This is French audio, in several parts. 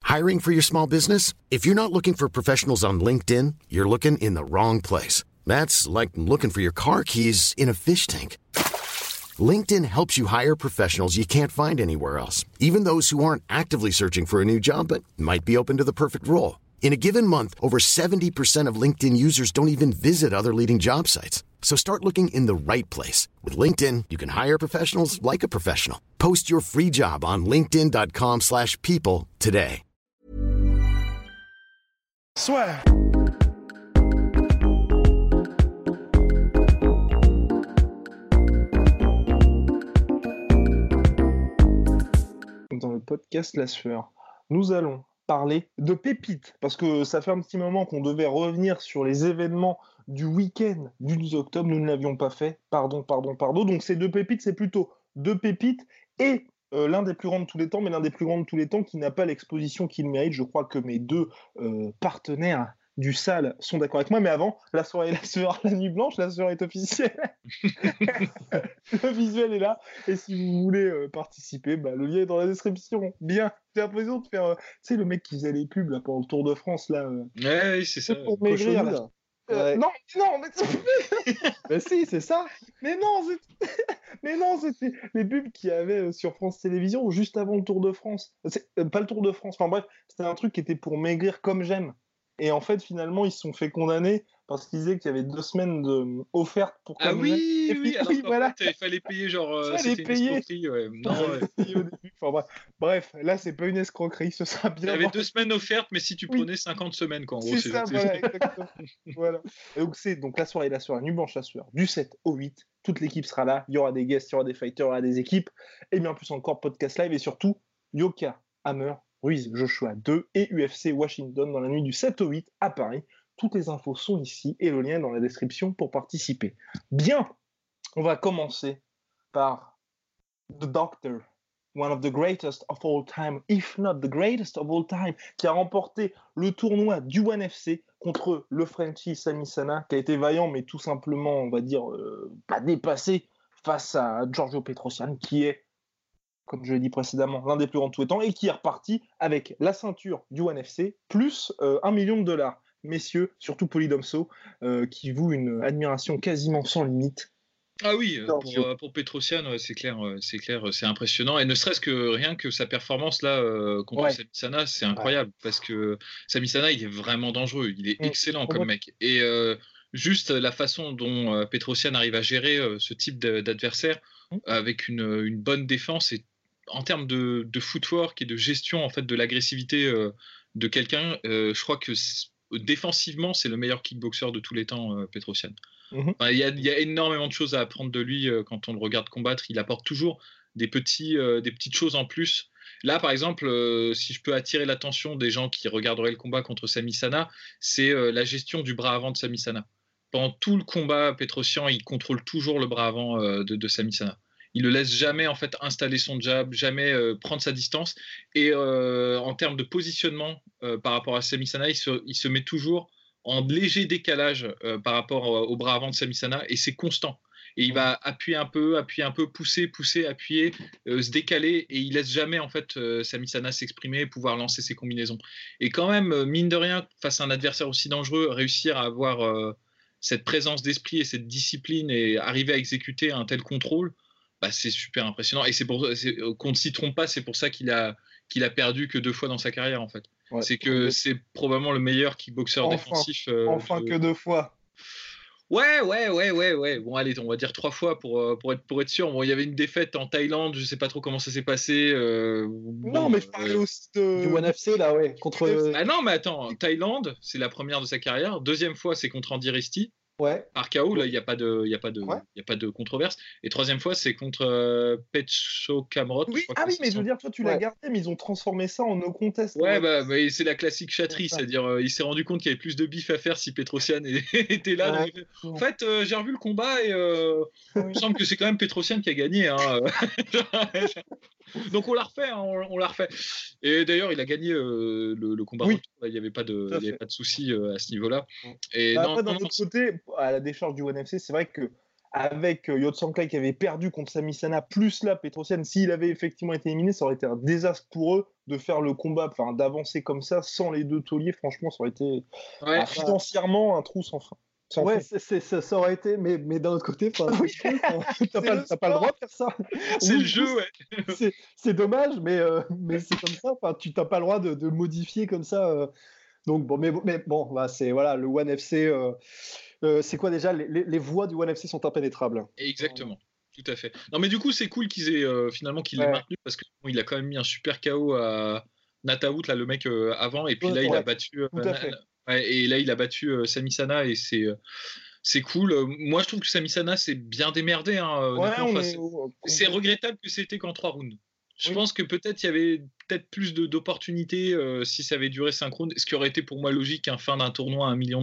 Hiring for your small business? If you're not looking for professionals on LinkedIn, you're looking in the wrong place. That's like looking for your car keys in a fish tank. LinkedIn helps you hire professionals you can't find anywhere else, even those who aren't actively searching for a new job but might be open to the perfect role. In a given month, over 70% of LinkedIn users don't even visit other leading job sites. So start looking in the right place. With LinkedIn, you can hire professionals like a professional. Post your free job on linkedin.com/people today. Soit. Dans le podcast La Sueur, nous allons parler de pépites, parce que ça fait un petit moment qu'on devait revenir sur les événements du week-end du 12 octobre, nous ne l'avions pas fait, pardon, donc ces deux pépites, c'est plutôt deux pépites et l'un des plus grands de tous les temps, mais l'un des plus grands de tous les temps qui n'a pas l'exposition qu'il mérite. Je crois que mes deux partenaires du SAL sont d'accord avec moi, mais avant, la soirée La Sueur, la nuit blanche, La Sueur est officielle. Le visuel est là, et si vous voulez participer, le lien est dans la description. Bien, j'ai l'impression de faire, tu sais, le mec qui faisait les pubs là, pendant le Tour de France, là. Ouais, c'est ça. Pour maigrir, là. Ouais. Non, mais Mais si, c'est ça. mais non, c'était les pubs qu'il y avait sur France Télévisions juste avant le Tour de France. Pas le Tour de France, enfin bref, c'était un truc qui était pour maigrir comme j'aime. Et en fait, finalement, ils se sont fait condamner parce qu'ils disaient qu'il y avait 2 semaines offertes pour Ah comme j'aime. oui, oui, alors qu'en voilà. fait, il fallait payer genre... Fallait c'était payer. une escroquerie, ouais. Non, ouais. Au début. Enfin, bref, là, c'est pas une escroquerie, ce sera bien. Il y avait 2 semaines offertes, mais si tu prenais 50 semaines, quoi. En gros, C'est ça, voilà, exactement. Voilà. Et donc, c'est donc la soirée, la nuit blanche, La Sueur, du 7 au 8. Toute l'équipe sera là. Il y aura des guests, il y aura des fighters, il y aura des équipes. Et bien plus encore, podcast live et surtout, Yoka, Hammer, Ruiz, Joshua 2 et UFC Washington dans la nuit du 7 au 8 à Paris. Toutes les infos sont ici et le lien est dans la description pour participer. Bien, on va commencer par The Doctor, one of the greatest of all time, if not the greatest of all time, qui a remporté le tournoi du ONE FC contre le Frenchie Sami Sana, qui a été vaillant, mais tout simplement, on va dire, pas dépassé face à Giorgio Petrosyan, qui est, comme je l'ai dit précédemment, l'un des plus grands de tous les temps, et qui est reparti avec la ceinture du ONE FC, plus $1 million. Messieurs, surtout Polydomso, qui voue une admiration quasiment sans limite. Ah oui, pour Petrosyan, ouais, c'est clair, c'est impressionnant. Et ne serait-ce que rien que sa performance là contre Sami Sana, c'est incroyable parce que Sami Sana, il est vraiment dangereux, il est excellent comme mec. Et juste la façon dont Petrosyan arrive à gérer ce type d'adversaire avec une bonne défense et en termes de footwork et de gestion en fait de l'agressivité de quelqu'un, je crois que défensivement, c'est le meilleur kickboxer de tous les temps, Petrosyan. Il y a énormément de choses à apprendre de lui quand on le regarde combattre. Il apporte toujours des petites choses en plus. Là, par exemple, si je peux attirer l'attention des gens qui regarderaient le combat contre Sami Sana, c'est la gestion du bras avant de Sami Sana. Pendant tout le combat, Petrosyan, il contrôle toujours le bras avant de Sami Sana. Il ne laisse jamais en fait installer son jab, jamais prendre sa distance. Et en termes de positionnement par rapport à Sami Sana, il se met toujours en léger décalage par rapport au bras avant de Sami Sana, et c'est constant. Et il va appuyer un peu, pousser, appuyer, se décaler, et il laisse jamais en fait Sami Sana s'exprimer, pouvoir lancer ses combinaisons. Et quand même, mine de rien, face à un adversaire aussi dangereux, réussir à avoir cette présence d'esprit et cette discipline et arriver à exécuter un tel contrôle, c'est super impressionnant. Et qu'on ne s'y trompe pas, c'est pour ça qu'il a perdu que 2 fois dans sa carrière en fait. Ouais, c'est que c'est probablement le meilleur kickboxer défensif. Que 2 fois. Ouais. Bon, allez, on va dire 3 fois pour être sûr. Bon, il y avait une défaite en Thaïlande, je sais pas trop comment ça s'est passé. Non, mais je parlais aussi du ONE FC là, ouais. Contre. Ah non, mais attends, Thaïlande, c'est la première de sa carrière. 2e fois, c'est contre Andy Resti. Ouais. Par KO, là, il n'y a pas de controverse. Et 3e fois, c'est contre Petcho Kamrot. Oui, mais je veux dire, toi, tu l'as gardé, mais ils ont transformé ça en no contest. Ouais, mais c'est la classique chatterie, c'est-à-dire, il s'est rendu compte qu'il y avait plus de bif à faire si Petrosyan était là. Ouais. Donc, en fait, j'ai revu le combat et il me semble que c'est quand même Petrosyan qui a gagné. Hein. Donc on l'a refait. Et d'ailleurs, il a gagné le combat. Oui. Il n'y avait pas de souci à ce niveau-là. Et après, d'un autre côté, à la décharge du ONE FC, c'est vrai que avec Yotsanklai qui avait perdu contre Sami Sana, plus là, Petrosyan, s'il avait effectivement été éliminé, ça aurait été un désastre pour eux. de faire le combat, enfin d'avancer comme ça sans les deux tauliers, franchement, ça aurait été financièrement un trou sans fin. Ça aurait été, mais d'un autre côté, t'as pas le droit de faire ça. C'est le jeu, ouais. C'est dommage, mais c'est comme ça. Enfin, tu n'as pas le droit de modifier comme ça. Donc bon, mais bon, bah, c'est voilà, le One FC. C'est quoi déjà les voies du One FC sont impénétrables. Exactement. Tout à fait. Non, mais du coup, c'est cool qu'ils aient finalement qu'il l'ait maintenu parce qu'il a quand même mis un super KO à Nataout, là, le mec avant, et puis là, il a battu. Et là, il a battu Sami Sana et c'est cool. Moi, je trouve que Sami Sana s'est bien démerdé. C'est regrettable que c'était qu'en 3 rounds. Je pense que peut-être il y avait plus d'opportunités si ça avait duré 5 rounds, ce qui aurait été pour moi logique, fin d'un tournoi à $1 million.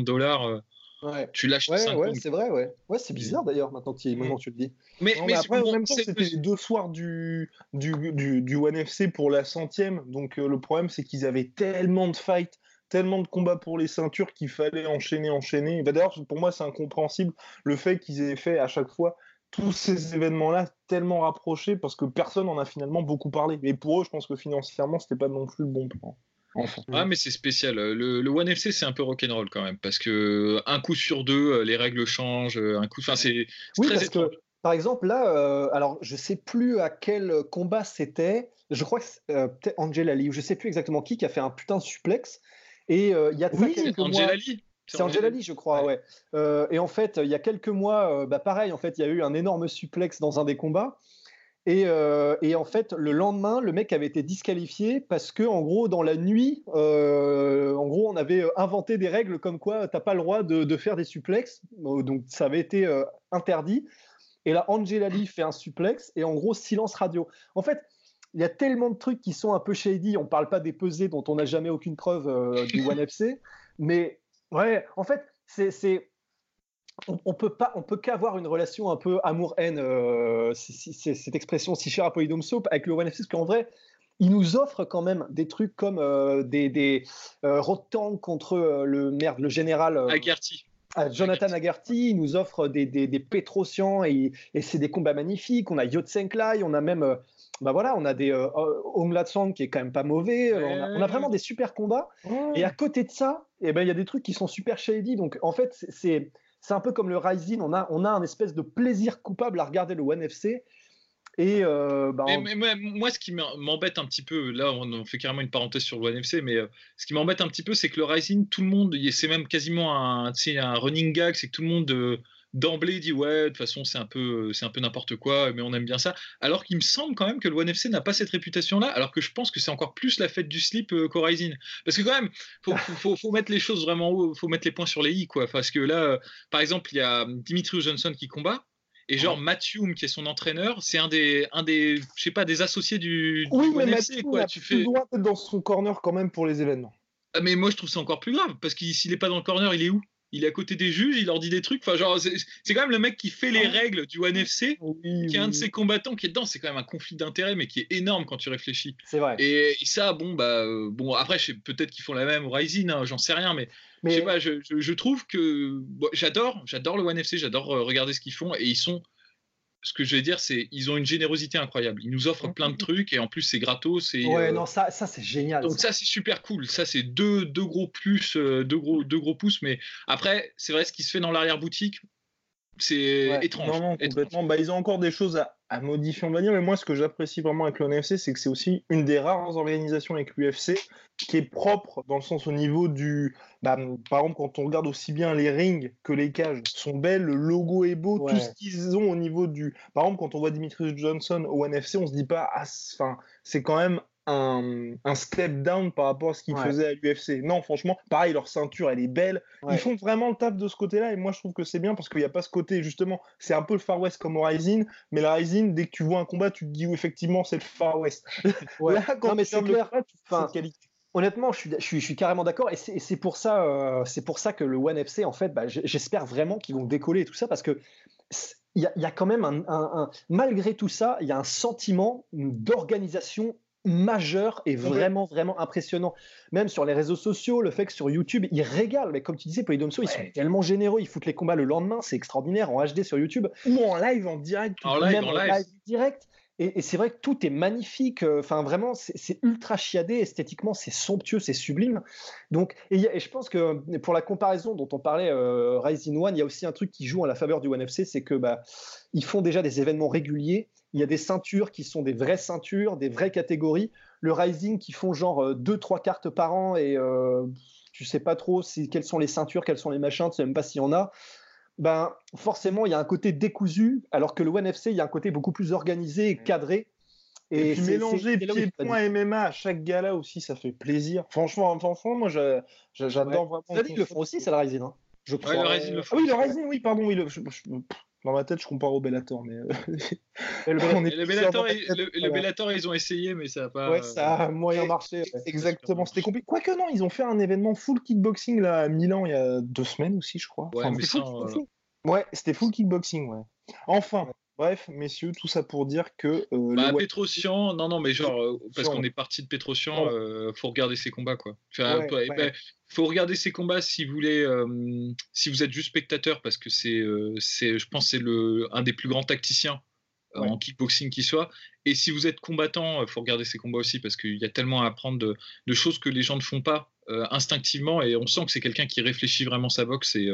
Tu lâches 5 rounds. C'est vrai, ouais, c'est bizarre d'ailleurs maintenant que tu le dis. Mais après, en même temps, c'était les 2 soirs du One FC pour la 100e. Donc le problème, c'est qu'ils avaient tellement de fights, tellement de combats pour les ceintures qu'il fallait enchaîner. Bah, d'ailleurs, pour moi, c'est incompréhensible le fait qu'ils aient fait à chaque fois tous ces événements-là tellement rapprochés parce que personne n'en a finalement beaucoup parlé. Et pour eux, je pense que financièrement, c'était pas non plus le bon plan. Enfin. Ah, mais c'est spécial. Le One FC, c'est un peu rock'n'roll quand même parce que un coup sur 2, les règles changent. C'est très étrange. Par exemple, là, alors je sais plus à quel combat c'était. Je crois que c'est peut-être Angel Ali ou je sais plus exactement qui a fait un putain de suplex. Et il y a quelques mois. Ali. C'est Angel Ali, je crois, ouais. Et en fait, il y a quelques mois, pareil, en fait, il y a eu un énorme suplex dans un des combats. Et en fait, le lendemain, le mec avait été disqualifié parce que, en gros, dans la nuit, on avait inventé des règles comme quoi t'as pas le droit de faire des suplexes. Donc, ça avait été interdit. Et là, Angel Ali fait un suplex et en gros, silence radio. En fait, il y a tellement de trucs qui sont un peu shady. On parle pas des pesées dont on n'a jamais aucune preuve du One FC. Mais ouais, en fait, on peut qu'avoir une relation un peu amour-haine, cette expression si chère à Polydomso, avec le One FC, parce qu'en vrai, il nous offre quand même des trucs comme des Road contre le général Agarty. Jonathan Agarty. Il nous offre des Petrosian et c'est des combats magnifiques. On a Yotsenklai, on a même on a des Hong Latsang qui est quand même pas mauvais. On a vraiment des super combats. Et à côté de ça, il y a des trucs qui sont super shady. Donc en fait, c'est un peu comme le Rising. On a un espèce de plaisir coupable à regarder le One FC. Et mais moi, ce qui m'embête un petit peu, là, on fait carrément une parenthèse sur le One FC, mais ce qui m'embête un petit peu, c'est que le Rising, tout le monde, c'est même quasiment un running gag, c'est que tout le monde d'emblée dit ouais, de toute façon, c'est un peu n'importe quoi, mais on aime bien ça. Alors qu'il me semble quand même que le One FC n'a pas cette réputation-là, alors que je pense que c'est encore plus la fête du slip qu'au Rising. Parce que quand même, faut mettre les choses vraiment haut, faut mettre les points sur les i, quoi. Parce que là, par exemple, il y a Dimitri Johnson qui combat. Et genre Mathieu, qui est son entraîneur, c'est un des je sais pas, des associés du One FC, quoi. Tu fais le droit d'être dans son corner quand même pour les événements. Ah, mais moi je trouve ça encore plus grave parce que s'il est pas dans le corner, il est où? Il est à côté des juges, il leur dit des trucs. Enfin, genre, c'est quand même le mec qui fait les règles du One FC, qui est un de ses combattants qui est dedans. C'est quand même un conflit d'intérêts, mais qui est énorme quand tu réfléchis. C'est vrai. Et ça, bon, après, peut-être qu'ils font la même au Rising, hein, j'en sais rien, mais je sais pas, je trouve que j'adore le One FC, j'adore regarder ce qu'ils font, et ils sont. Ce que je vais dire, c'est ils ont une générosité incroyable. Ils nous offrent plein de trucs et en plus c'est gratos. Non, ça c'est génial. Donc ça c'est super cool. Ça c'est deux gros plus, deux gros pouces. Mais après, c'est vrai, ce qui se fait dans l'arrière-boutique, c'est étrange. Non, complètement. Ils ont encore des choses à modifier, on va dire. Mais moi, ce que j'apprécie vraiment avec l'ONFC, c'est que c'est aussi une des rares organisations avec l'UFC qui est propre dans le sens au niveau du... par exemple, quand on regarde aussi bien les rings que les cages sont belles, le logo est beau, tout ce qu'ils ont au niveau du... Par exemple, quand on voit Dimitri Johnson au ONFC, on se dit pas... c'est quand même un step down par rapport à ce qu'ils faisaient à l'UFC. Non, franchement, pareil, leur ceinture, elle est belle. Ils font vraiment le taf de ce côté-là, et moi, je trouve que c'est bien parce qu'il n'y a pas ce côté, justement, c'est un peu le Far West comme au Rising, mais le Rising, dès que tu vois un combat, tu te dis, effectivement, c'est le Far West. Là, quand mais c'est clair. Qualité. Honnêtement, je suis carrément d'accord, et c'est pour ça que le One FC, en fait, j'espère vraiment qu'ils vont décoller et tout ça, parce que il y a quand même malgré tout ça, il y a un sentiment d'organisation majeur et vraiment impressionnant. Même sur les réseaux sociaux, le fait que sur YouTube, ils régalent. Mais comme tu disais, Polydomso, ils sont tellement généreux, ils foutent les combats le lendemain, c'est extraordinaire, en HD sur YouTube. Ou en live, en direct. En live direct. Et c'est vrai que tout est magnifique. Enfin, vraiment, c'est ultra chiadé. Esthétiquement, c'est somptueux, c'est sublime. Donc, et je pense que pour la comparaison dont on parlait, Rising One, il y a aussi un truc qui joue en la faveur du One FC, c'est que ils font déjà des événements réguliers. Il y a des ceintures qui sont des vraies ceintures, des vraies catégories. Le Rising qui font genre 2-3 cartes par an et tu sais pas trop quelles sont les ceintures, quels sont les machins, tu sais même pas s'il y en a. Forcément, il y a un côté décousu, alors que le One FC, il y a un côté beaucoup plus organisé et cadré. Et puis mélanger pied-point MMA à chaque gala aussi, ça fait plaisir. Franchement, moi, j'adore vraiment. Ils le font aussi, c'est le Rising, hein, je crois. Ouais, le Rising le font. Ah oui, le Rising, oui, pardon. Oui, dans ma tête, je compare au Bellator, mais. Le Bellator, ils ont essayé, mais ça n'a pas. Ouais, ça a moyen marché. Ouais. Exactement, c'était compliqué. Quoique non, ils ont fait un événement full kickboxing là, à Milan il y a 2 semaines aussi, je crois. Ouais, ouais, c'était full kickboxing, ouais. Enfin. Bref, messieurs, tout ça pour dire que. Petrosian, non, mais genre, parce qu'on est parti de Petrosian, faut regarder ses combats, quoi. Enfin, faut regarder ses combats si vous voulez, si vous êtes juste spectateur, parce que je pense que c'est un des plus grands tacticiens en kickboxing qui soit. Et si vous êtes combattant, faut regarder ses combats aussi, parce qu'il y a tellement à apprendre de choses que les gens ne font pas instinctivement, et on sent que c'est quelqu'un qui réfléchit vraiment sa boxe, et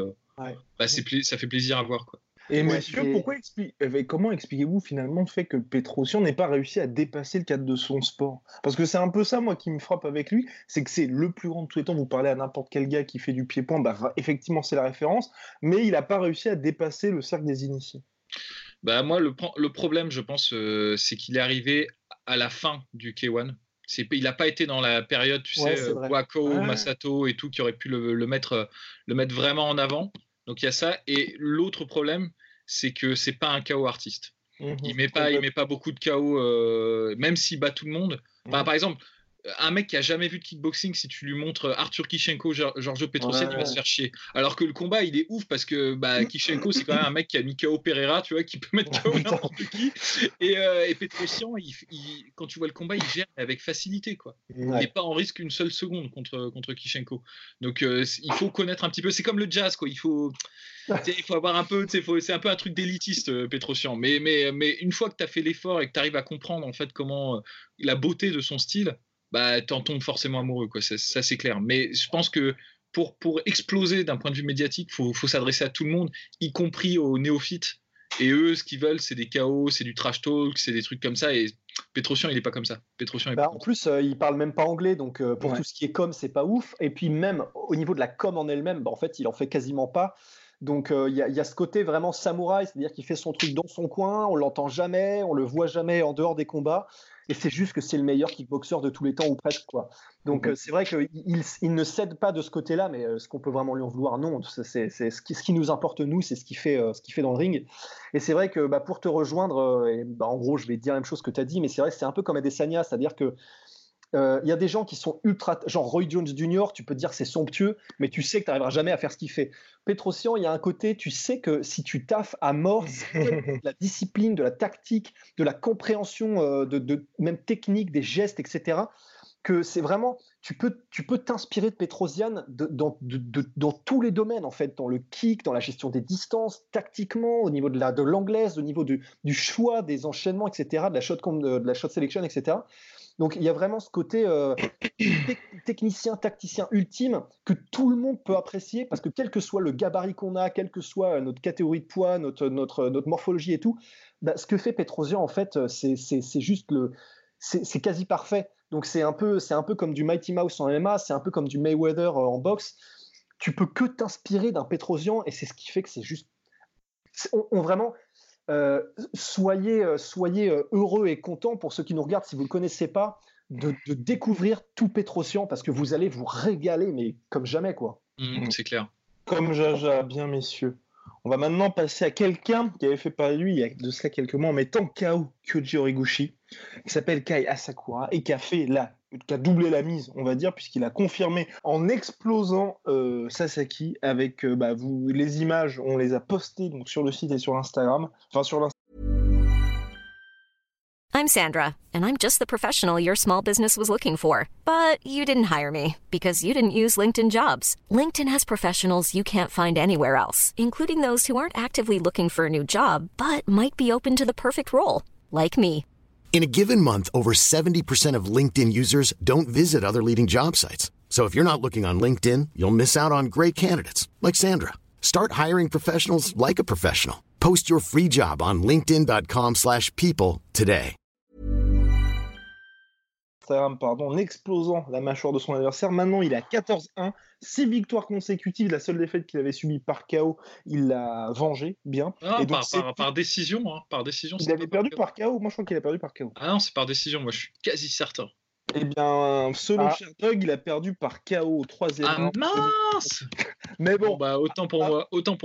ça fait plaisir à voir, quoi. Et messieurs, comment expliquez-vous finalement le fait que Petrosian n'ait pas réussi à dépasser le cadre de son sport? Parce que c'est un peu ça, moi, qui me frappe avec lui, c'est que c'est le plus grand de tous les temps. Vous parlez à n'importe quel gars qui fait du pied-point, effectivement, c'est la référence, mais il n'a pas réussi à dépasser le cercle des initiés. Moi, le problème, je pense, c'est qu'il est arrivé à la fin du K1. Il n'a pas été dans la période, tu sais, Waco, Masato et tout, qui aurait pu le mettre vraiment en avant. Donc il y a ça, et l'autre problème, c'est que c'est pas un KO artiste. Il met pas beaucoup de KO, même s'il bat tout le monde. Par exemple, un mec qui a jamais vu de kickboxing, si tu lui montres Arthur Kishenko, Giorgio Petrosian, il va se faire chier. Alors que le combat, il est ouf parce que Kishenko, c'est quand même un mec qui a mis KO Pereira, tu vois, qui peut mettre KO n'importe qui. Et Petrosian, quand tu vois le combat, il gère avec facilité, quoi. Il n'est pas en risque une seule seconde contre Kishenko. Donc il faut connaître un petit peu. C'est comme le jazz, quoi. Il faut avoir un peu, c'est un peu un truc d'élitiste, Petrosian. Mais une fois que tu as fait l'effort et que tu arrives à comprendre en fait comment la beauté de son style, t'en tombes forcément amoureux, quoi. Ça c'est clair. Mais je pense que pour exploser d'un point de vue médiatique, faut s'adresser à tout le monde, y compris aux néophytes. Et eux, ce qu'ils veulent, c'est des chaos, c'est du trash talk, c'est des trucs comme ça. Et Petrosian, il est pas comme ça. En plus, il parle même pas anglais, donc pour tout ce qui est com, c'est pas ouf. Et puis même au niveau de la com en elle-même, en fait, il en fait quasiment pas. Donc il y a ce côté vraiment samouraï, c'est-à-dire qu'il fait son truc dans son coin, on l'entend jamais, on le voit jamais en dehors des combats. Et c'est juste que c'est le meilleur kickboxer de tous les temps, ou presque, quoi. Donc c'est vrai qu'il ne cède pas de ce côté-là, mais ce qu'on peut vraiment lui en vouloir, non. C'est ce qui nous importe, nous, c'est ce qu'il fait dans le ring. Et c'est vrai que pour te rejoindre, en gros, je vais te dire la même chose que tu as dit, mais c'est vrai que c'est un peu comme Adesanya, c'est-à-dire que il y a des gens qui sont ultra, genre Roy Jones Jr., tu peux te dire que c'est somptueux, mais tu sais que tu n'arriveras jamais à faire ce qu'il fait. Petrosian, il y a un côté, tu sais que si tu taffes à mort, de la discipline, de la tactique, de la compréhension, de même technique, des gestes, etc., que c'est vraiment, tu peux t'inspirer de Petrosian dans tous les domaines, en fait, dans le kick, dans la gestion des distances, tactiquement, au niveau de l'anglaise, au niveau du choix des enchaînements, etc., de la shot selection, etc. Donc, il y a vraiment ce côté technicien, tacticien ultime que tout le monde peut apprécier parce que quel que soit le gabarit qu'on a, quelle que soit notre catégorie de poids, notre morphologie et tout, ce que fait Petrosian, en fait, c'est juste c'est quasi parfait. Donc, c'est un peu comme du Mighty Mouse en MMA, c'est un peu comme du Mayweather en boxe. Tu peux que t'inspirer d'un Petrosian et c'est ce qui fait que c'est juste... vraiment... soyez heureux et contents, pour ceux qui nous regardent, si vous ne le connaissez pas, de découvrir tout Petrosian parce que vous allez vous régaler, mais comme jamais, quoi. C'est clair. Comme Jaja, bien messieurs. On va maintenant passer à quelqu'un qui avait fait parler de lui il y a de cela quelques mois en mettant KO Kyoji Horiguchi, qui s'appelle Kai Asakura et qui a doublé la mise, on va dire, puisqu'il a confirmé en explosant Sasaki avec les images, on les a postées donc, sur le site et sur Instagram. I'm Sandra, and I'm just the professional your small business was looking for. But you didn't hire me because you didn't use LinkedIn Jobs. LinkedIn has professionals you can't find anywhere else, including those who aren't actively looking for a new job, but might be open to the perfect role, like me. In a given month, over 70% of LinkedIn users don't visit other leading job sites. So if you're not looking on LinkedIn, you'll miss out on great candidates like Sandra. Start hiring professionals like a professional. Post your free job on linkedin.com/people today. En explosant la mâchoire de son adversaire. Maintenant, il est à 14-1, 6 victoires consécutives. La seule défaite qu'il avait subie par KO, il l'a vengée bien. Non, et donc, par décision. Par décision. Il avait perdu par KO. Moi, je crois qu'il a perdu par KO. Ah non, c'est par décision. Moi, je suis quasi certain. Eh bien, selon Sherdog, il a perdu par KO au 3e round. Ah mince. Mais bon. Bah, autant pour moi. Autant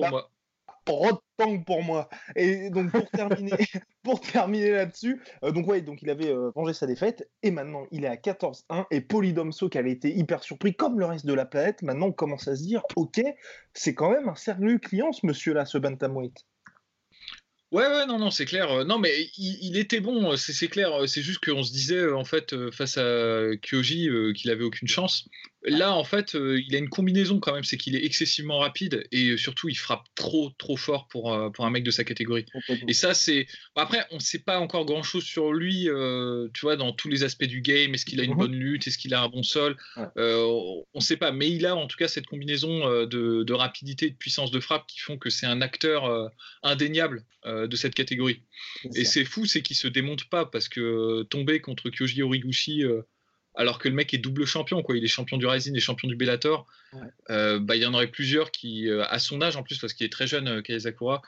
pour moi. Et donc pour terminer là-dessus, donc il avait vengé sa défaite et maintenant il est à 14-1 et Polydomso qui avait été hyper surpris comme le reste de la planète, maintenant on commence à se dire ok, c'est quand même un sérieux client ce monsieur-là, ce bantamweight. Ouais, non, c'est clair. Non, mais il était bon, c'est clair. C'est juste qu'on se disait, en fait, face à Kyoji, qu'il avait aucune chance. Là, en fait, il a une combinaison quand même, c'est qu'il est excessivement rapide et surtout, il frappe trop fort pour un mec de sa catégorie. Et ça, c'est... Après, on ne sait pas encore grand-chose sur lui, tu vois, dans tous les aspects du game. Est-ce qu'il a une bonne lutte? Est-ce qu'il a un bon sol? On ne sait pas. Mais il a, en tout cas, cette combinaison de rapidité et de puissance de frappe qui font que c'est un acteur indéniable de cette catégorie. Et c'est fou, c'est qu'il se démonte pas parce que tomber contre Kyoji Horiguchi... alors que le mec est double champion, quoi. Il est champion du Rising et champion du Bellator. Il y en aurait plusieurs qui, à son âge en plus, parce qu'il est très jeune, Kaya Sakura,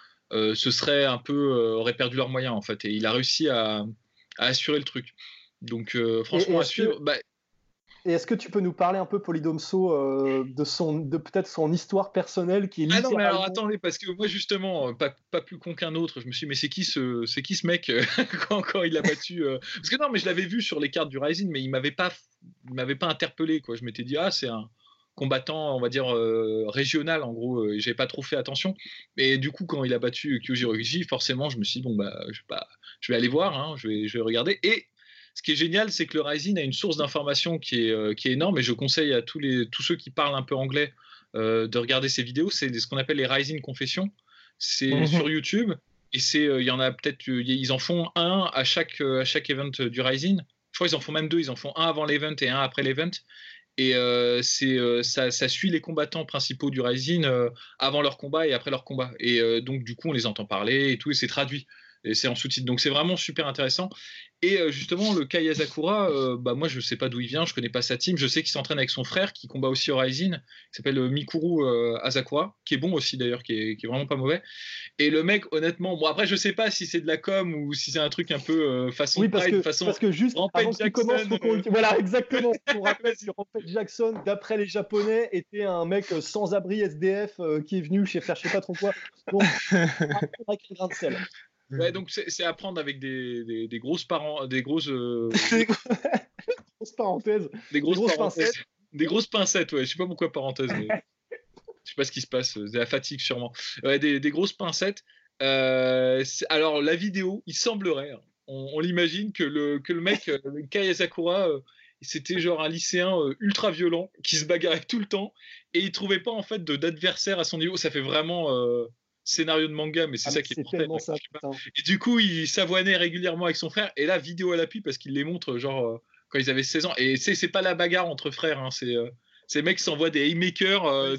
auraient perdu leurs moyens en fait. Et il a réussi à assurer le truc. Donc franchement, à suivre. Et est-ce que tu peux nous parler un peu, Polydomso, de peut-être son histoire personnelle qui est littéralement... Ah non, mais alors attendez, parce que moi justement, pas plus con qu'un autre, je me suis dit, mais c'est qui ce mec quand il a battu Parce que non, mais je l'avais vu sur les cartes du Rising, mais il m'avait pas interpellé, quoi. Je m'étais dit, c'est un combattant, on va dire, régional, en gros, et j'avais pas trop fait attention. Et du coup, quand il a battu Kyoji Horiguchi, forcément, je me suis dit, je vais aller voir, hein, je vais regarder. Et ce qui est génial, c'est que le Rising a une source d'information qui est énorme, et je conseille à tous ceux qui parlent un peu anglais de regarder ces vidéos. C'est ce qu'on appelle les Rising Confessions. C'est sur YouTube, et il y en a peut-être, ils en font un à chaque event du Rising. Je crois qu'ils en font même deux. Ils en font un avant l'event et un après l'event. Et ça suit les combattants principaux du Rising avant leur combat et après leur combat. Et donc du coup, on les entend parler et tout, et c'est traduit. Et c'est en sous-titre. Donc c'est vraiment super intéressant. Et justement, le Kaya Sakura, moi je sais pas d'où il vient, je connais pas sa team. Je sais qu'il s'entraîne avec son frère qui combat aussi au Rising, qui s'appelle Mikuru Asakura, qui est bon aussi d'ailleurs, qui est vraiment pas mauvais. Et le mec, honnêtement, bon après je sais pas si c'est de la com ou si c'est un truc un peu façon Pride, parce que juste avant qu'il commence, voilà exactement. On rappelle que Rampage Jackson, d'après les Japonais, était un mec sans abri SDF qui est venu faire je sais pas trop quoi. Donc avec un grain de sel. Ouais, donc c'est à prendre avec des grosses grosses parenthèses. Des grosses parenthèses. Des grosses pincettes, ouais. Je sais pas pourquoi parenthèse. Mais... je sais pas ce qui se passe. C'est la fatigue sûrement. Ouais, des grosses pincettes. Alors la vidéo, il semblerait, on l'imagine que le mec, Kaya Sakura, c'était genre un lycéen ultra violent qui se bagarrait tout le temps et il trouvait pas en fait d'adversaire à son niveau. Ça fait vraiment scénario de manga, mais c'est ça qui est mortel. Et du coup, il s'avoinait régulièrement avec son frère, et là, vidéo à l'appui, parce qu'il les montre, genre, quand ils avaient 16 ans. Et c'est pas la bagarre entre frères, hein, ces mecs s'envoient des haymakers,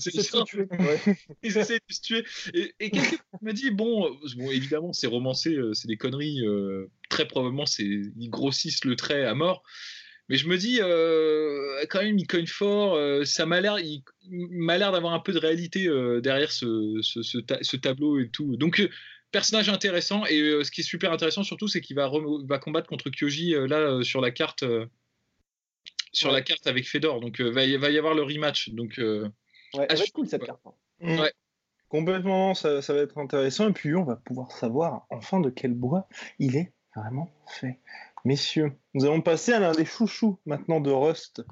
ils essaient de se tuer. Et quelqu'un m'a dit, bon, évidemment, c'est romancé, c'est des conneries, très probablement, ils grossissent le trait à mort. Mais je me dis, quand même, il cogne fort. Ça m'a l'air d'avoir un peu de réalité derrière ce tableau et tout. Donc, personnage intéressant. Et ce qui est super intéressant surtout, c'est qu'il va combattre contre Kyoji sur la carte. La carte avec Fedor. Donc, va y avoir le rematch. Donc, elle va être cool cette carte. Ouais. Complètement, ça va être intéressant. Et puis, on va pouvoir savoir enfin de quel bois il est vraiment fait. Messieurs, nous allons passer à l'un des chouchous maintenant de Rust.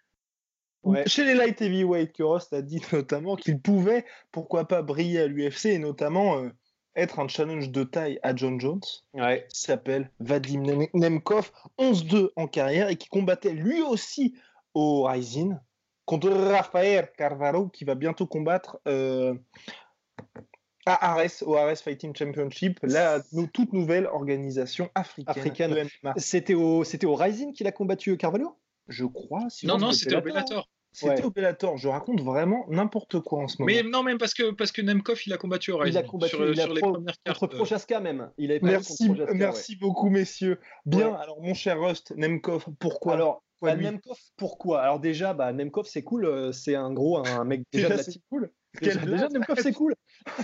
Chez les light heavyweight, que Rust a dit notamment qu'il pouvait, pourquoi pas, briller à l'UFC et notamment être un challenge de taille à John Jones. Il s'appelle Vadim Nemkov, 11-2 en carrière et qui combattait lui aussi au Rising contre Rafael Carvalho qui va bientôt combattre À Ares, au Ares Fighting Championship, toute nouvelle organisation africaine. C'était au Rising qu'il a combattu Carvalho ? Je crois. Non, c'était au Bellator. C'était au Bellator. Je raconte vraiment n'importe quoi en ce moment. Mais non, même parce que Nemkov, il a combattu au Rising. Il a combattu sur les premières cartes. Contre Prochaska même. Merci beaucoup, messieurs. Bien, alors mon cher Rust, Nemkov, pourquoi ? Alors, Nemkov, pourquoi ? Alors déjà, Nemkov, c'est cool. C'est un mec déjà de la team. Cool. Déjà, Nemkov, c'est cool.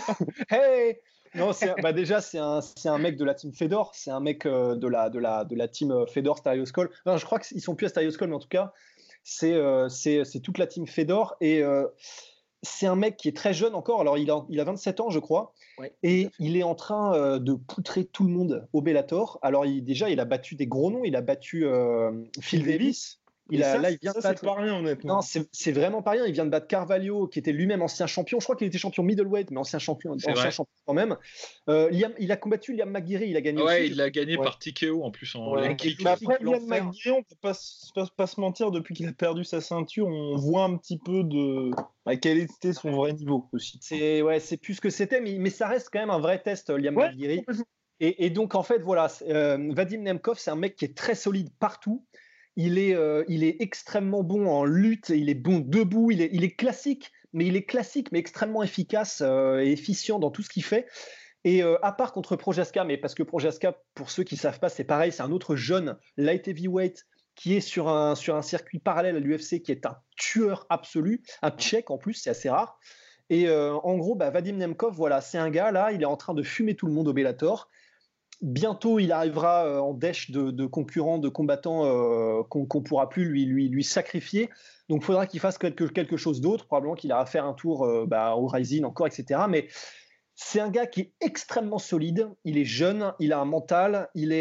Hey. Non, déjà, c'est un mec de la team Fedor. C'est un mec de la team Fedor Starios-Skol. Enfin, je crois qu'ils sont plus à Starios-Skol, mais en tout cas, c'est toute la team Fedor. Et c'est un mec qui est très jeune encore. Alors, il a 27 ans, je crois. Ouais, et il est en train de poutrer tout le monde au Bellator. Alors, il a battu des gros noms. Il a battu Phil Davis. Il vient de battre. C'est pas rien, honnêtement. Non, c'est vraiment pas rien. Il vient de battre Carvalho, qui était lui-même ancien champion. Je crois qu'il était champion middleweight, mais ancien champion quand même. Il a combattu Liam McGeary. Il a gagné. Ouais, il a gagné par TKO en plus. Mais après, Liam McGeary, on peut pas se mentir. Depuis qu'il a perdu sa ceinture, on voit un petit peu à quel était son vrai niveau aussi. C'est plus ce que c'était, mais ça reste quand même un vrai test, Liam McGeary. Et donc, en fait, voilà, Vadim Nemkov, c'est un mec qui est très solide partout. Il est extrêmement bon en lutte, il est bon debout, il est classique, mais extrêmement efficace et efficient dans tout ce qu'il fait. Et à part contre Prochaska, mais parce que Prochaska, pour ceux qui ne savent pas, c'est pareil, c'est un autre jeune light heavyweight qui est sur un circuit parallèle à l'UFC, qui est un tueur absolu, un tchèque en plus, c'est assez rare. Et en gros, Vadim Nemkov, voilà, c'est un gars là, il est en train de fumer tout le monde au Bellator. Bientôt, il arrivera en dèche de concurrents, de combattants qu'on pourra plus lui sacrifier. Donc, il faudra qu'il fasse quelque chose d'autre. Probablement qu'il ira faire un tour au Rising encore, etc. Mais c'est un gars qui est extrêmement solide. Il est jeune, il a un mental. Il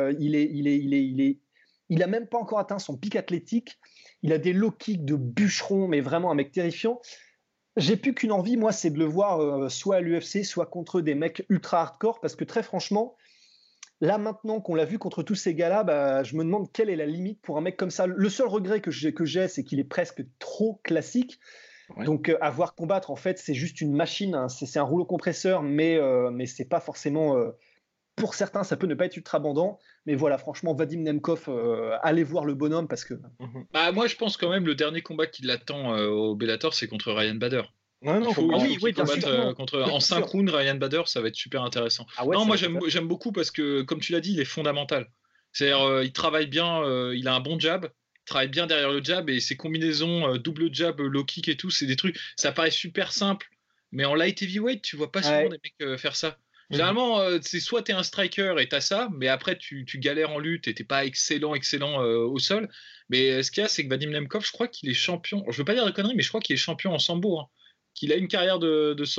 a même pas encore atteint son pic athlétique. Il a des low kicks de bûcheron, mais vraiment un mec terrifiant. J'ai plus qu'une envie, moi, c'est de le voir soit à l'UFC, soit contre des mecs ultra hardcore, parce que très franchement, là, maintenant qu'on l'a vu contre tous ces gars-là, je me demande quelle est la limite pour un mec comme ça. Le seul regret que j'ai, c'est qu'il est presque trop classique. Ouais. Donc, à voir combattre, en fait, c'est juste une machine. Hein. C'est un rouleau compresseur, mais c'est pas forcément... pour certains, ça peut ne pas être ultra bandant. Mais voilà, franchement, Vadim Nemkov, allez voir le bonhomme parce que... moi, je pense quand même le dernier combat qui l'attend au Bellator, c'est contre Ryan Bader. Il faut combattre en 5 rounds Ryan Bader, ça va être super intéressant. Moi j'aime beaucoup parce que, comme tu l'as dit, il est fondamental. C'est-à-dire, il travaille bien, il a un bon jab, il travaille bien derrière le jab, et ses combinaisons double jab, low kick et tout, c'est des trucs, ça paraît super simple, mais en light heavyweight, tu vois pas souvent des mecs faire ça. Généralement, c'est soit t'es un striker et t'as ça, mais après tu galères en lutte et t'es pas excellent au sol. Mais ce qu'il y a, c'est que Vadim Nemkov, je crois qu'il est champion, je veux pas dire de conneries, mais je crois qu'il est champion en sambo. Hein. Qu'il a une carrière il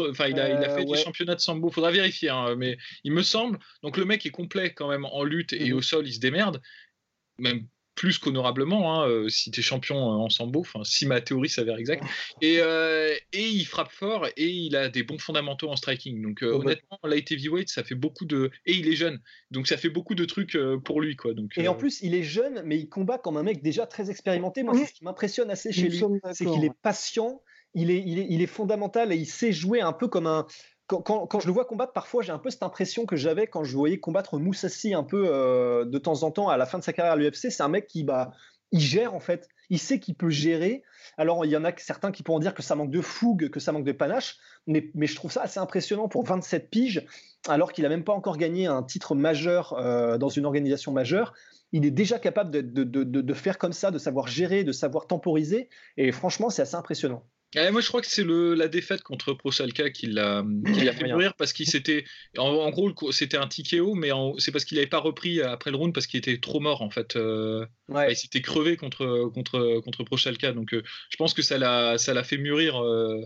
a fait des championnats de sambo, faudra vérifier, hein, mais il me semble. Donc le mec est complet quand même en lutte et au sol, il se démerde, même plus qu'honorablement, hein, si t'es champion en sambo, si ma théorie s'avère exacte. Et il frappe fort et il a des bons fondamentaux en striking. Donc honnêtement, light heavyweight, ça fait beaucoup de... Et il est jeune, donc ça fait beaucoup de trucs pour lui, quoi. Donc, et en plus, il est jeune, mais il combat comme un mec déjà très expérimenté. Moi, c'est ce qui m'impressionne assez chez lui, c'est qu'il est patient. Il est fondamental et il sait jouer un peu comme un... Quand je le vois combattre, parfois, j'ai un peu cette impression que j'avais quand je voyais combattre Moussassi un peu de temps en temps à la fin de sa carrière à l'UFC. C'est un mec qui il gère, en fait. Il sait qu'il peut gérer. Alors, il y en a certains qui pourront dire que ça manque de fougue, que ça manque de panache, mais je trouve ça assez impressionnant pour 27 piges, alors qu'il n'a même pas encore gagné un titre majeur dans une organisation majeure. Il est déjà capable de faire comme ça, de savoir gérer, de savoir temporiser. Et franchement, c'est assez impressionnant. Moi, je crois que c'est la défaite contre Prosalka qui l'a fait mourir parce qu'il s'était. En gros, c'était un TKO, mais c'est parce qu'il n'avait pas repris après le round parce qu'il était trop mort en fait. Il s'était crevé contre Prosalka, donc je pense que ça l'a fait mourir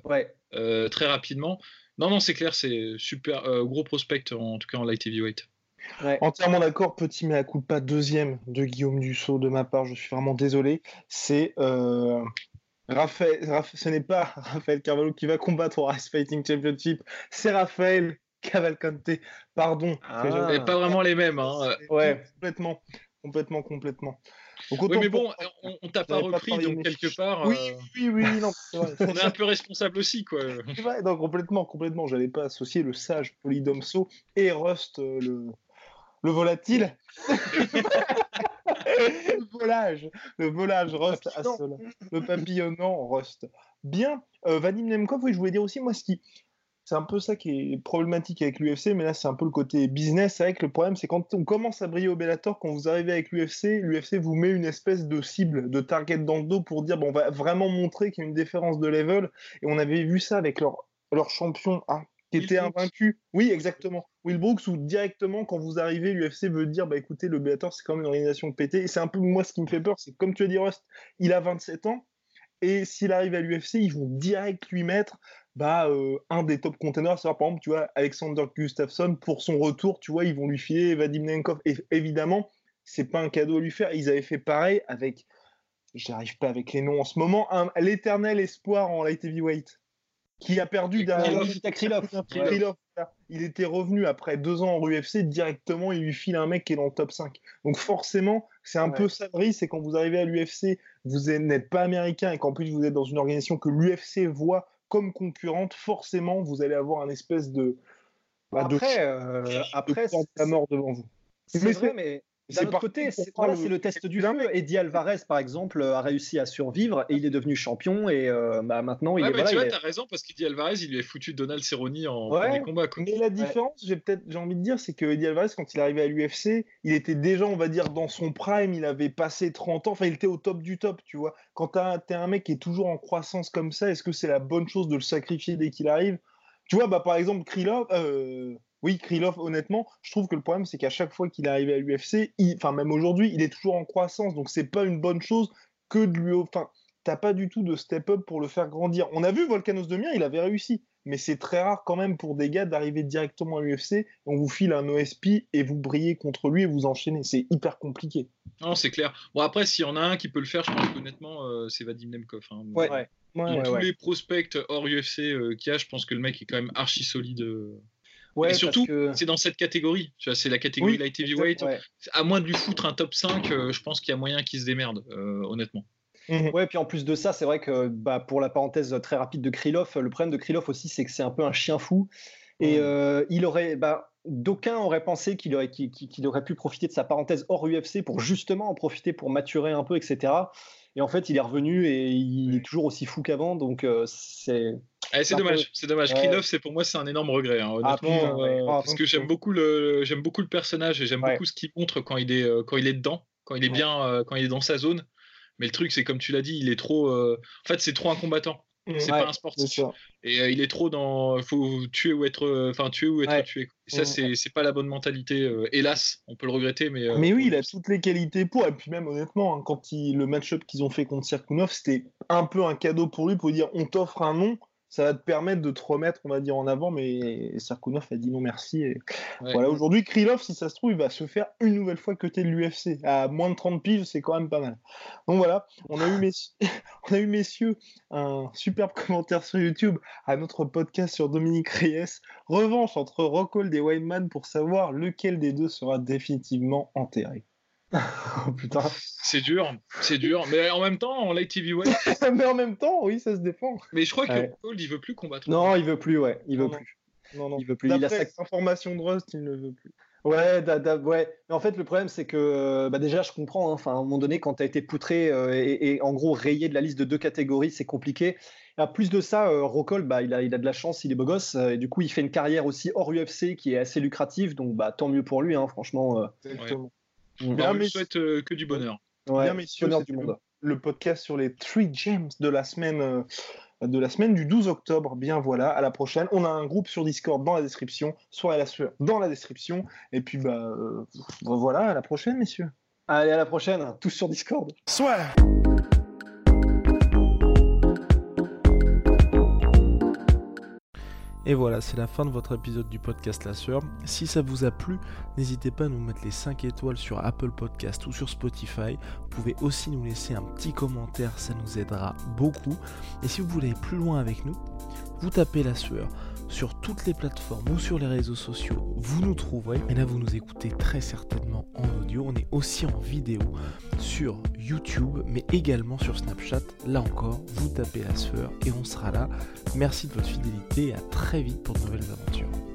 très rapidement. Non, c'est clair, c'est super gros prospect en tout cas en light heavyweight. Ouais. Entièrement d'accord, petit mea culpa, deuxième de Guillaume Dussault de ma part, je suis vraiment désolé. C'est ce n'est pas Raphaël Carvalho qui va combattre au Rise Fighting Championship, c'est Raphaël Cavalcante, pardon. Pas vraiment les mêmes. Hein. Complètement. Oui, mais bon, on t'a pas repris, donc quelque part. Oui, non, c'est vrai. On est un peu responsable aussi, quoi. C'est vrai, non, complètement. J'allais pas associer le sage Polydomso et Rust, le volatile. le volage Rust à cela. Le papillonnant Rust. Bien, Vadim Nemkov, oui, je voulais dire aussi, moi, c'est un peu ça qui est problématique avec l'UFC, mais là, c'est un peu le côté business. C'est vrai que le problème, c'est quand on commence à briller au Bellator, quand vous arrivez avec l'UFC vous met une espèce de cible, de target dans le dos pour dire, bon, on va vraiment montrer qu'il y a une différence de level. Et on avait vu ça avec leur champion qui était invaincu. Oui, exactement. Will Brooks, où directement, quand vous arrivez, l'UFC veut dire, bah écoutez, le Bellator, c'est quand même une organisation pétée. Et c'est un peu, moi, ce qui me fait peur, c'est que, comme tu as dit, Rust, il a 27 ans, et s'il arrive à l'UFC, ils vont direct lui mettre un des top conteneurs, c'est-à-dire, par exemple, tu vois, Alexander Gustafsson, pour son retour, tu vois, ils vont lui filer Vadim Nemkov. Et évidemment, c'est pas un cadeau à lui faire. Ils avaient fait pareil avec, j'arrive pas avec les noms en ce moment, l'éternel espoir en light heavyweight, qui a perdu derrière Krylov. Il était revenu après 2 ans en UFC, directement, il lui file un mec qui est dans le top 5. Donc forcément, c'est un peu ça le risque, c'est quand vous arrivez à l'UFC, vous n'êtes pas américain et qu'en plus vous êtes dans une organisation que l'UFC voit comme concurrente, forcément, vous allez avoir un espèce de... Après, la mort devant vous. C'est vrai, mais d'un autre côté, c'est le test du feu. Eddie Alvarez, par exemple, a réussi à survivre et il est devenu champion. Et maintenant, il est... mais tu vois, t'as raison, parce qu'Eddie Alvarez, il lui a foutu Donald Cerrone en premier combat. Quoi. Mais la différence, j'ai envie de dire, c'est que Eddie Alvarez, quand il est arrivé à l'UFC, il était déjà, on va dire, dans son prime, il avait passé 30 ans, enfin, il était au top du top, tu vois. Quand t'es un mec qui est toujours en croissance comme ça, est-ce que c'est la bonne chose de le sacrifier dès qu'il arrive? Tu vois, par exemple, Krylov, honnêtement, je trouve que le problème, c'est qu'à chaque fois qu'il est arrivé à l'UFC, même aujourd'hui, il est toujours en croissance. Donc, c'est pas une bonne chose que de lui... Enfin, t'as pas du tout de step-up pour le faire grandir. On a vu Volkanos Demir, il avait réussi. Mais c'est très rare quand même pour des gars d'arriver directement à l'UFC. On vous file un OSP et vous brillez contre lui et vous enchaînez. C'est hyper compliqué. Non, c'est clair. Bon, après, s'il y en a un qui peut le faire, je pense qu'honnêtement, c'est Vadim Nemkov. Hein. Tous les prospects hors UFC qu'il y a, je pense que le mec est quand même archi solide. Et surtout, c'est dans cette catégorie. Tu vois, c'est la catégorie light heavyweight. À moins de lui foutre un top 5, je pense qu'il y a moyen qu'il se démerde, honnêtement. Ouais, puis en plus de ça, c'est vrai que pour la parenthèse très rapide de Krylov, le problème de Krylov aussi, c'est que c'est un peu un chien fou. Et il aurait, d'aucuns auraient pensé qu'il aurait pu profiter de sa parenthèse hors UFC pour justement en profiter pour maturer un peu, etc. Et en fait, il est revenu et il est toujours aussi fou qu'avant. Donc c'est dommage. C'est dommage. Krylov, pour moi, c'est un énorme regret, hein, honnêtement, parce que j'aime beaucoup le personnage et j'aime beaucoup ce qu'il montre quand il est dedans, quand il est bien, quand il est dans sa zone. Mais le truc, c'est comme tu l'as dit, il est trop. En fait, c'est trop un combattant. C'est pas un sportif. Et il est trop dans. Faut tuer ou être tué. Et ça, c'est pas la bonne mentalité. Hélas, on peut le regretter, mais. Mais oui, il a toutes les qualités pour. Et puis même honnêtement, hein, le match-up qu'ils ont fait contre Cirkunov, c'était un peu un cadeau pour lui pour dire on t'offre un nom. Ça va te permettre de te remettre, on va dire, en avant, mais Cirkunov a dit non merci. Et voilà, aujourd'hui, Krylov, si ça se trouve, il va se faire une nouvelle fois cuter de l'UFC. À moins de 30 piges, c'est quand même pas mal. Donc voilà, on a eu, messieurs, un superbe commentaire sur YouTube à notre podcast sur Dominique Reyes. Revanche entre Rockhold et Weidman pour savoir lequel des deux sera définitivement enterré. Oh putain, c'est dur, mais en même temps, en light heavyweight. Mais en même temps, oui, ça se défend. Mais je crois que Rockhold, il veut plus combattre. Non, il veut plus, il veut plus. D'après cette information de Rust, il ne veut plus. Ouais. Mais en fait, le problème, c'est que déjà, je comprends. Hein, à un moment donné, quand tu as été poutré et en gros rayé de la liste de 2 catégories, c'est compliqué. Et en plus de ça, Rockhold, il a de la chance, il est beau gosse. Et du coup, il fait une carrière aussi hors UFC qui est assez lucrative. Donc, tant mieux pour lui, hein, franchement. Exactement. On lui souhaite que du bonheur. Bien, messieurs, bonheur du monde. Le podcast sur les 3 Gems de la semaine du 12 octobre. Bien voilà, à la prochaine. On a un groupe sur Discord dans la description, Soirée la sueur dans la description. Et puis voilà, à la prochaine, messieurs. Allez, à la prochaine, tous sur Discord. Soit. Et voilà, c'est la fin de votre épisode du podcast La Sueur. Si ça vous a plu, n'hésitez pas à nous mettre les 5 étoiles sur Apple Podcast ou sur Spotify. Vous pouvez aussi nous laisser un petit commentaire, ça nous aidera beaucoup. Et si vous voulez aller plus loin avec nous, Vous tapez La Sueur sur toutes les plateformes ou sur les réseaux sociaux, vous nous trouverez. Et là, vous nous écoutez très certainement en audio. On est aussi en vidéo sur YouTube, mais également sur Snapchat. Là encore, vous tapez La Sueur et on sera là. Merci de votre fidélité et à très vite pour de nouvelles aventures.